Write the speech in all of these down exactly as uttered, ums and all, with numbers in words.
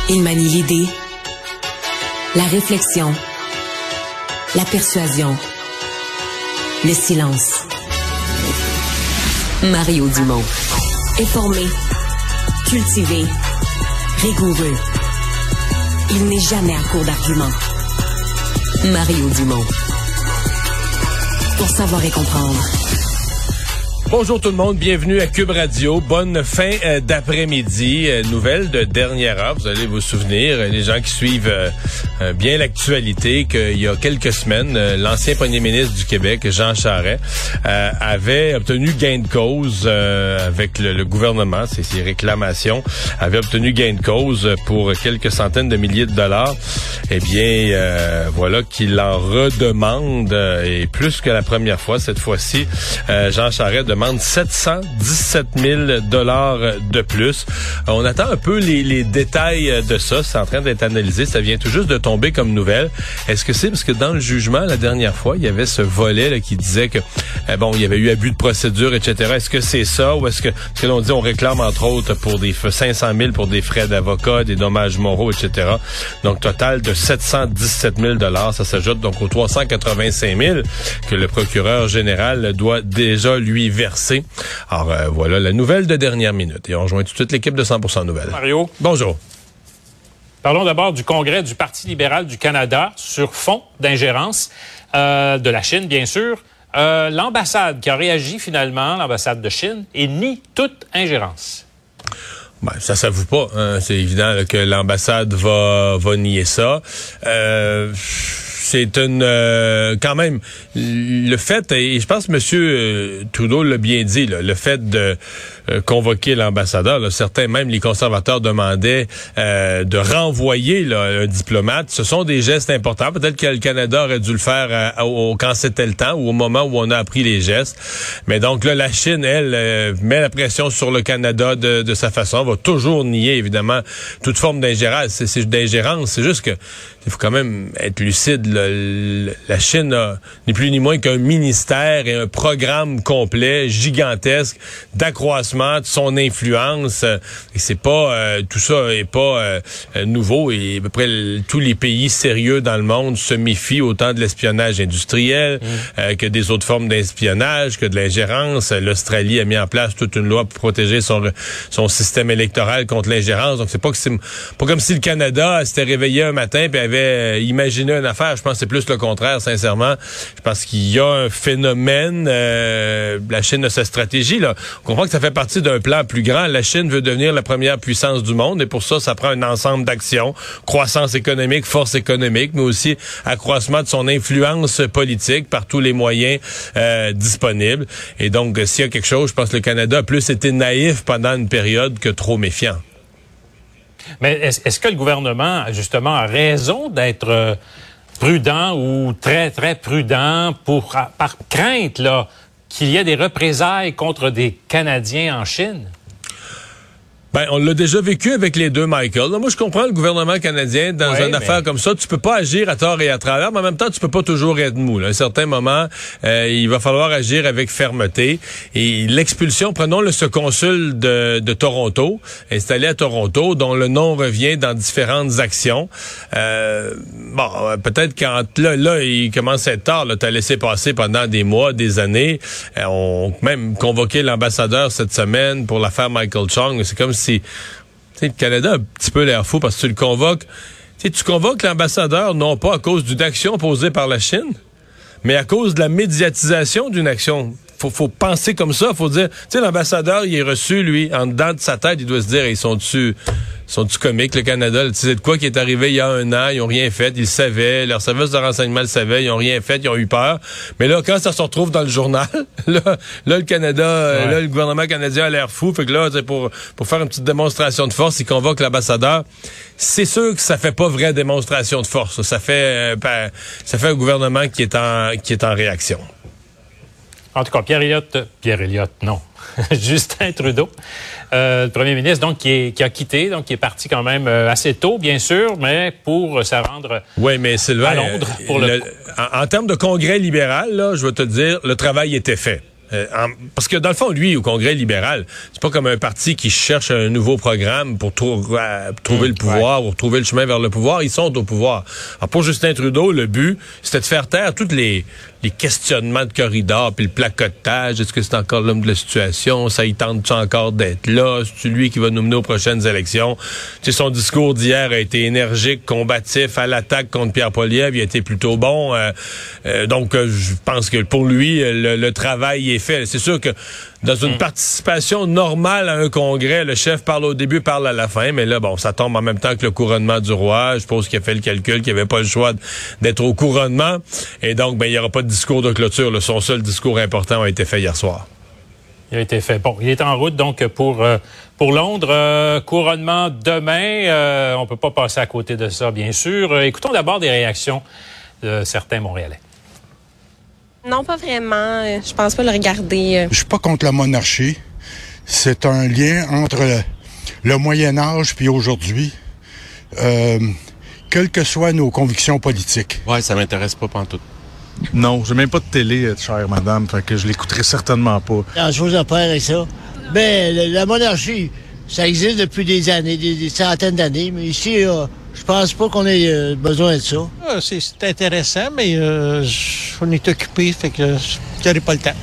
Il manie l'idée, la réflexion, la persuasion, le silence. Mario Dumont. Informé, cultivé, rigoureux. Il n'est jamais à court d'arguments. Mario Dumont. Pour savoir et comprendre. Bonjour tout le monde, bienvenue à Cube Radio. Bonne fin euh, d'après-midi. Euh, nouvelle de dernière heure, vous allez vous souvenir, euh, les gens qui suivent euh, euh, bien l'actualité, qu'il y a quelques semaines, euh, l'ancien premier ministre du Québec, Jean Charest, euh, avait obtenu gain de cause euh, avec le, le gouvernement, c'est ses réclamations, avait obtenu gain de cause pour quelques centaines de milliers de dollars. Eh bien, euh, voilà qu'il en redemande, euh, et plus que la première fois, cette fois-ci, euh, Jean Charest demande sept cent dix-sept mille dollars de plus. On attend un peu les, les détails de ça. C'est en train d'être analysé. Ça vient tout juste de tomber comme nouvelle. Est-ce que c'est parce que dans le jugement, la dernière fois, il y avait ce volet là, qui disait que eh bon, il y avait eu abus de procédure, et cetera. Est-ce que c'est ça ou est-ce que, parce que l'on dit on réclame entre autres pour des cinq cent mille pour des frais d'avocat, des dommages moraux, et cetera. Donc total de sept cent dix-sept mille dollars. Ça s'ajoute donc aux trois cent quatre-vingt-cinq mille que le procureur général doit déjà lui verser. Alors euh, voilà la nouvelle de dernière minute. Et on rejoint tout de suite l'équipe de cent pour cent Nouvelles. Mario. Bonjour. Parlons d'abord du Congrès du Parti libéral du Canada sur fond d'ingérence euh, de la Chine, bien sûr. Euh, l'ambassade qui a réagi finalement, l'ambassade de Chine, et nie toute ingérence. Ben, ça s'avoue pas. Hein. C'est évident là, que l'ambassade va, va nier ça. Euh... C'est une euh, quand même le fait, et je pense que M. Trudeau l'a bien dit, là, le fait de euh, convoquer l'ambassadeur, là, certains, même les conservateurs, demandaient euh, de renvoyer là, un diplomate. Ce sont des gestes importants. Peut-être que le Canada aurait dû le faire à, au, quand c'était le temps ou au moment où on a appris les gestes. Mais donc là, la Chine, elle, euh, met la pression sur le Canada de, de sa façon, va toujours nier, évidemment, toute forme d'ingérence. C'est, c'est d'ingérence. C'est juste que il faut quand même être lucide. Là. La Chine a ni plus ni moins qu'un ministère et un programme complet, gigantesque, d'accroissement de son influence. Et c'est pas euh, tout ça est pas euh, nouveau. Et à peu près le, tous les pays sérieux dans le monde se méfient autant de l'espionnage industriel mmh. euh, que des autres formes d'espionnage, que de l'ingérence. L'Australie a mis en place toute une loi pour protéger son son système électoral contre l'ingérence. Donc c'est pas que c'est pas comme si le Canada s'était réveillé un matin et avait imaginé une affaire. Je pense que c'est plus le contraire, sincèrement. Je pense qu'il y a un phénomène. Euh, la Chine a sa stratégie. Là. On comprend que ça fait partie d'un plan plus grand. La Chine veut devenir la première puissance du monde et pour ça, ça prend un ensemble d'actions. Croissance économique, force économique, mais aussi accroissement de son influence politique par tous les moyens euh, disponibles. Et donc, s'il y a quelque chose, je pense que le Canada a plus été naïf pendant une période que trop méfiant. Mais est-ce, est-ce que le gouvernement, justement, a raison d'être euh, prudent ou très, très prudent pour, par crainte là, qu'il y ait des représailles contre des Canadiens en Chine? Ben, on l'a déjà vécu avec les deux Michael. Là, moi, je comprends le gouvernement canadien dans ouais, une mais... affaire comme ça. Tu peux pas agir à tort et à travers, mais en même temps, tu peux pas toujours être mou. Là. À un certain moment, euh, il va falloir agir avec fermeté. Et l'expulsion, prenons le ce consul de, de Toronto, installé à Toronto, dont le nom revient dans différentes actions. Euh, bon, peut-être quand là, là, il commence à être tard. Là, t'as laissé passer pendant des mois, des années. Euh, on même convoqué l'ambassadeur cette semaine pour l'affaire Michael Chong. C'est comme si le Canada a un petit peu l'air fou parce que tu le convoques. Tu convoques l'ambassadeur non pas à cause d'une action posée par la Chine, mais à cause de la médiatisation d'une action. Faut, faut penser comme ça. Faut dire, tu sais, l'ambassadeur, il est reçu, lui, en dedans de sa tête, il doit se dire, ils sont dessus. Sont-tu comiques, le Canada? Tu sais de quoi qui est arrivé il y a un an? Ils ont rien fait. Ils le savaient. Leur service de renseignement le savait. Ils ont rien fait. Ils ont eu peur. Mais là, quand ça se retrouve dans le journal, là, là le Canada, ouais. là, le gouvernement canadien a l'air fou. Fait que là, pour, pour faire une petite démonstration de force, ils convoquent l'ambassadeur. C'est sûr que ça fait pas vraie démonstration de force. Ça fait, euh, ça fait un gouvernement qui est en, qui est en réaction. En tout cas, Pierre Elliott, Pierre Elliott, non. Justin Trudeau, euh, le premier ministre, donc qui, est, qui a quitté, donc qui est parti quand même euh, assez tôt, bien sûr, mais pour euh, se rendre oui, mais Sylvain, à Londres. Pour le, le... En, en termes de congrès libéral, là, je vais te dire, le travail était fait. Euh, en, parce que dans le fond, lui, au Congrès libéral, c'est pas comme un parti qui cherche un nouveau programme pour trou- euh, trouver mmh, le pouvoir ouais. ou trouver le chemin vers le pouvoir. Ils sont au pouvoir. Alors pour Justin Trudeau, le but, c'était de faire taire toutes les les questionnements de corridor, puis le placotage. Est-ce que c'est encore l'homme de la situation? Ça, il tente encore d'être là? C'est lui qui va nous mener aux prochaines élections? Tu sais, son discours d'hier a été énergique, combatif, à l'attaque contre Pierre Poilievre. Il a été plutôt bon. Euh, euh, donc, euh, je pense que pour lui, le, le travail est fait. C'est sûr que dans une mmh. participation normale à un congrès, le chef parle au début, parle à la fin, mais là, bon, ça tombe en même temps que le couronnement du roi. Je suppose qu'il a fait le calcul, qu'il n'y avait pas le choix d'être au couronnement. Et donc, ben, il n'y aura pas de discours de clôture. Là. Son seul discours important a été fait hier soir. Il a été fait. Bon, il est en route donc pour euh, pour Londres. Euh, couronnement demain. Euh, on peut pas passer à côté de ça, bien sûr. Euh, écoutons d'abord des réactions de certains Montréalais. Non, pas vraiment. Je pense pas le regarder. Je suis pas contre la monarchie. C'est un lien entre le, le Moyen Âge puis aujourd'hui. Euh, quelles que soient nos convictions politiques. Ouais, ça m'intéresse pas pantoute. Non, j'ai même pas de télé, chère madame, fait que je l'écouterai certainement pas. Il y a une chose à faire avec ça. Ben, la, la monarchie, ça existe depuis des années, des, des centaines d'années, mais ici, euh, je pense pas qu'on ait euh, besoin de ça. Ah, c'est, c'est intéressant, mais euh, on est occupé, fait que j'aurai pas le temps.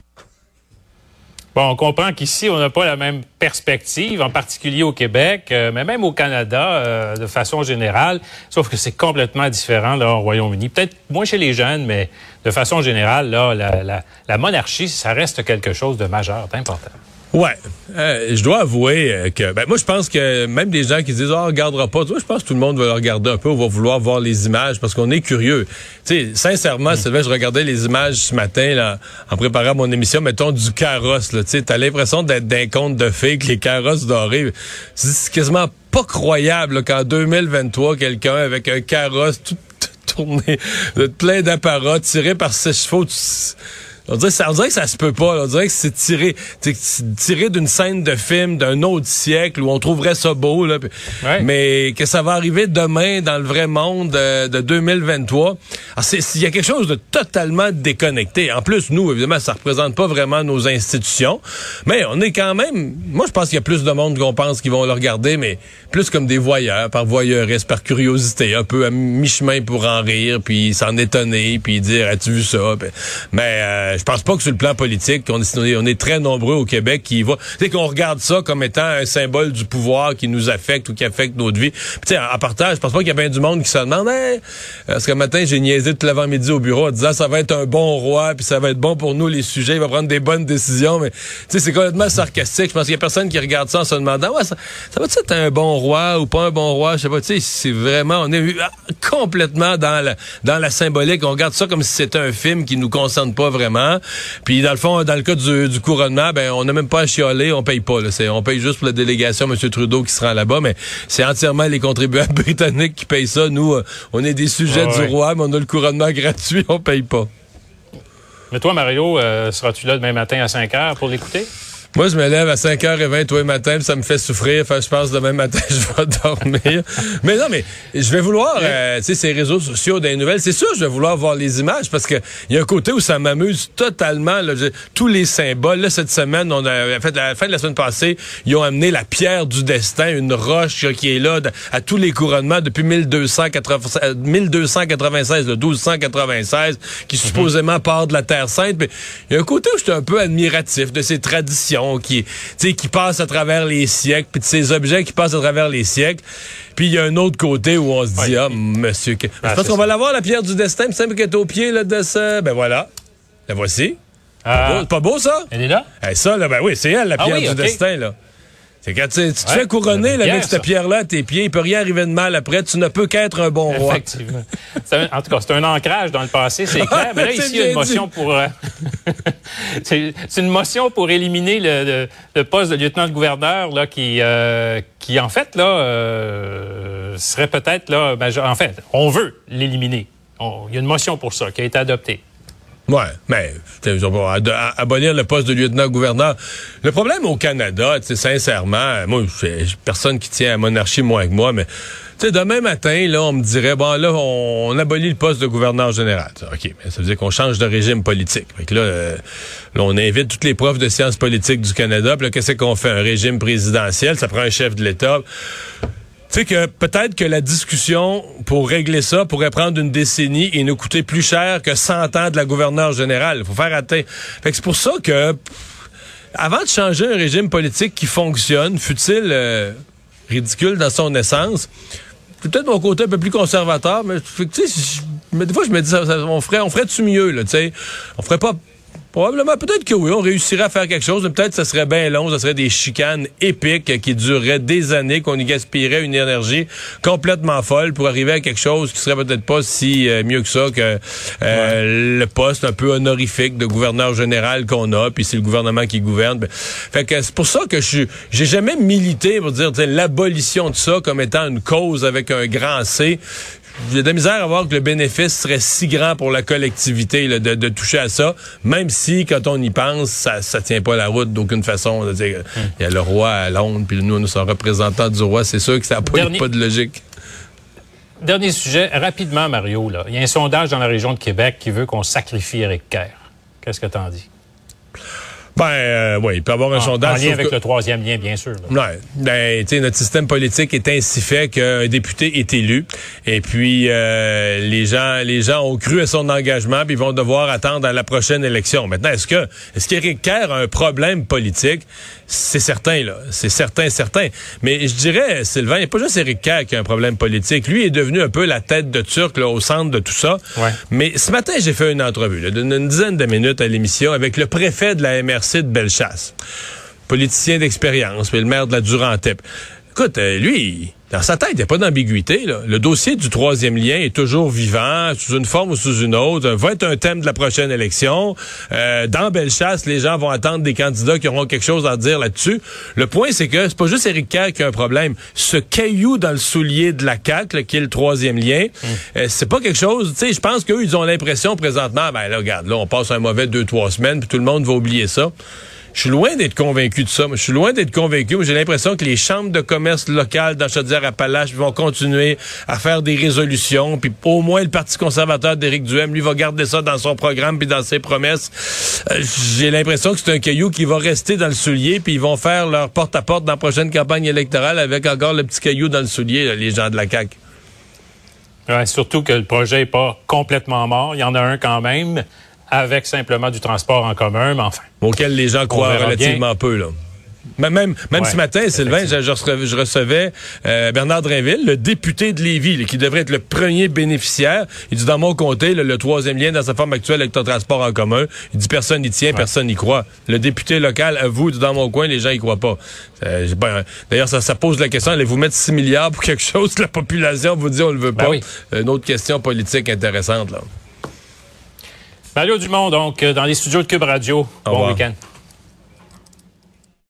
Bon, on comprend qu'ici, on n'a pas la même perspective, en particulier au Québec, euh, mais même au Canada, euh, de façon générale, sauf que c'est complètement différent là au Royaume-Uni. Peut-être moins chez les jeunes, mais de façon générale, là, la, la, la monarchie, ça reste quelque chose de majeur, d'important. Ouais, euh, je dois avouer que ben moi je pense que même des gens qui disent ah oh, on regardera pas, tu vois, je pense que tout le monde va le regarder un peu, ou va vouloir voir les images parce qu'on est curieux. Tu sais, sincèrement, mm. Sylvain, je regardais les images ce matin là en préparant mon émission, mettons du carrosse là, tu sais, t'as l'impression d'être d'un conte de fées, que les carrosses dorés, c'est quasiment pas croyable là, qu'en deux mille vingt-trois quelqu'un avec un carrosse tout, tout tourné, plein d'apparats tiré par ses chevaux. Tu, On dirait, ça, on dirait que ça se peut pas. Là. On dirait que c'est tiré, c'est tiré d'une scène de film d'un autre siècle où on trouverait ça beau. Là. Ouais. Mais que ça va arriver demain dans le vrai monde euh, de deux mille vingt-trois. Il y a quelque chose de totalement déconnecté. En plus, nous, évidemment, ça représente pas vraiment nos institutions. Mais on est quand même... Moi, je pense qu'il y a plus de monde qu'on pense qui vont le regarder, mais plus comme des voyeurs, par voyeurisme, par curiosité, un peu à mi-chemin pour en rire, puis s'en étonner, puis dire « As-tu vu ça? » Mais... Euh, je pense pas que sur le plan politique, on est, on est très nombreux au Québec qui va, tu sais, qu'on regarde ça comme étant un symbole du pouvoir qui nous affecte ou qui affecte notre vie. Puis tu sais, en partage, je pense pas qu'il y a bien du monde qui se demande, hey, parce que matin j'ai niaisé tout l'avant-midi au bureau en disant ça va être un bon roi, puis ça va être bon pour nous les sujets, il va prendre des bonnes décisions, mais tu sais, c'est complètement sarcastique. Je pense qu'il y a personne qui regarde ça en se demandant, ouais, ça, ça va-tu être un bon roi ou pas un bon roi, je sais pas. Tu sais, c'est vraiment, on est complètement dans la dans la symbolique. On regarde ça comme si c'était un film qui nous concerne pas vraiment. Puis dans le fond, dans le cas du, du couronnement, ben on n'a même pas à chialer, on paye pas. Là. C'est, on paye juste pour la délégation, M. Trudeau qui se rend là-bas, mais c'est entièrement les contribuables britanniques qui payent ça. Nous, euh, on est des sujets ah, du ouais. roi, mais on a le couronnement gratuit, on paye pas. Mais toi, Mario, euh, seras-tu là demain matin à cinq heures pour l'écouter? Moi, je me lève à cinq heures vingt tous les matins, puis ça me fait souffrir. Enfin, je pense demain matin, je vais dormir. Mais non, mais je vais vouloir, euh, tu sais, ces réseaux sociaux des nouvelles, c'est sûr, je vais vouloir voir les images parce que il y a un côté où ça m'amuse totalement. Là, je, tous les symboles. Là, cette semaine, on a fait à la fin de la semaine passée, ils ont amené la pierre du destin, une roche là, qui est là à tous les couronnements depuis mille deux cent quatre-vingt-seize, le douze cent quatre-vingt-seize, qui mm-hmm. supposément part de la Terre Sainte. Mais il y a un côté où je suis un peu admiratif de ces traditions qui, qui passe à travers les siècles, puis de ces objets qui passent à travers les siècles. Puis il y a un autre côté où on se dit, oui. ah, monsieur... Que... Ah, je pense qu'on ça. va l'avoir, la pierre du destin, il me semble qu'elle est au pied là, de ça. Ben voilà, la voici. Ah. C'est pas beau, ça? Elle est là? Eh, ça, là, ben oui, c'est elle, la pierre ah, oui, du okay. destin, là. C'est quand tu, tu te ouais, fais couronner là, avec cette pierre-là à tes pieds, il peut rien arriver de mal après, tu ne peux qu'être un bon roi. Effectivement. Un, en tout cas, c'est un ancrage dans le passé, c'est clair. Mais là, ici, il y a une motion pour... Euh, c'est, c'est une motion pour éliminer le, le, le poste de lieutenant-gouverneur là, qui, euh, qui, en fait, là, euh, serait peut-être... là, majeur. En fait, on veut l'éliminer. Il y a une motion pour ça qui a été adoptée. Ouais, mais abolir le poste de lieutenant-gouverneur. Le problème au Canada, tu sais, sincèrement, moi, j'ai personne qui tient à la monarchie moins que moi, mais tu sais, demain matin, là, on me dirait, bon, là, on, on abolit le poste de gouverneur général. OK, mais ça veut dire qu'on change de régime politique. Fait que là, euh, là, on invite toutes les profs de sciences politiques du Canada, puis là, qu'est-ce qu'on fait? Un régime présidentiel, ça prend un chef de l'État. Tu sais que peut-être que la discussion pour régler ça pourrait prendre une décennie et nous coûter plus cher que cent ans de la gouverneure générale. Il faut faire atteindre. Fait que c'est pour ça que, avant de changer un régime politique qui fonctionne, fût-il euh, ridicule dans son essence, c'est peut-être mon côté un peu plus conservateur, mais tu sais, mais des fois je me dis, ça, ça, on ferait, on ferait-tu mieux, là, tu sais, on ferait pas. Probablement, peut-être que oui, on réussirait à faire quelque chose, mais peut-être que ça serait bien long, ça serait des chicanes épiques qui dureraient des années, qu'on y gaspillerait une énergie complètement folle pour arriver à quelque chose qui serait peut-être pas si euh, mieux que ça que euh, ouais. le poste un peu honorifique de gouverneur général qu'on a, puis c'est le gouvernement qui gouverne. Ben, fait que c'est pour ça que je suis, j'ai jamais milité pour dire l'abolition de ça comme étant une cause avec un grand C. J'ai de la misère à voir que le bénéfice serait si grand pour la collectivité là, de, de toucher à ça, même si, quand on y pense, ça ça tient pas la route d'aucune façon. Il hum. y a le roi à Londres, puis nous, nous sommes représentants du roi. C'est sûr que ça n'a pas, Dernier... pas de logique. Dernier sujet, rapidement, Mario. Il y a un sondage dans la région de Québec qui veut qu'on sacrifie Éric Kerr. Qu'est-ce que t'en dis? Ben, euh, oui, il peut y avoir un en, sondage. En lien avec que... le troisième lien, bien sûr. Oui, ben, tu sais, notre système politique est ainsi fait qu'un député est élu. Et puis, euh, les gens les gens ont cru à son engagement, puis ils vont devoir attendre à la prochaine élection. Maintenant, est-ce que est-ce qu'Éric Kerr a un problème politique? C'est certain, là. C'est certain, certain. Mais je dirais, Sylvain, il n'y a pas juste Éric Kerr qui a un problème politique. Lui est devenu un peu la tête de Turc, là, au centre de tout ça. Ouais. Mais ce matin, j'ai fait une entrevue, là, d'une une dizaine de minutes à l'émission avec le préfet de la M R C de Bellechasse. Politicien d'expérience, mais le maire de la Durantep. Écoute, euh, lui, dans sa tête, il n'y a pas d'ambiguïté, là. Le dossier du troisième lien est toujours vivant, sous une forme ou sous une autre, va être un thème de la prochaine élection. Euh, dans Bellechasse, les gens vont attendre des candidats qui auront quelque chose à dire là-dessus. Le point, c'est que c'est pas juste Éric Kerr qui a un problème. Ce caillou dans le soulier de la C A Q, là, qui est le troisième lien, mmh. euh, c'est pas quelque chose... Tu sais, je pense qu'eux, ils ont l'impression présentement, ben là, regarde, là, on passe un mauvais deux, trois semaines, puis tout le monde va oublier ça. Je suis loin d'être convaincu de ça. Je suis loin d'être convaincu. J'ai l'impression que les chambres de commerce locales dans Chaudière-Appalaches vont continuer à faire des résolutions. Puis au moins le Parti conservateur d'Éric Duhaime, lui, va garder ça dans son programme puis dans ses promesses. Euh, j'ai l'impression que c'est un caillou qui va rester dans le soulier. Puis ils vont faire leur porte-à-porte dans la prochaine campagne électorale avec encore le petit caillou dans le soulier, là, les gens de la C A Q. Ouais, surtout que le projet n'est pas complètement mort. Il y en a un quand même, avec simplement du transport en commun, mais enfin. Auquel les gens croient relativement bien. peu, là. Même, même, même ouais, ce matin, Sylvain, je, je recevais, je recevais euh, Bernard Drainville, le député de Lévis, là, qui devrait être le premier bénéficiaire. Il dit, dans mon comté, là, le troisième lien dans sa forme actuelle avec ton transport en commun, il dit, personne n'y tient, ouais. personne n'y croit. Le député local avoue, dans mon coin, les gens y croient pas. Euh, ben, d'ailleurs, ça, ça pose la question, allez-vous mettre six milliards pour quelque chose que la population vous dit on le veut pas? Ben oui. Une autre question politique intéressante, là. Mario Dumont, donc, dans les studios de Cube Radio. Bon week-end.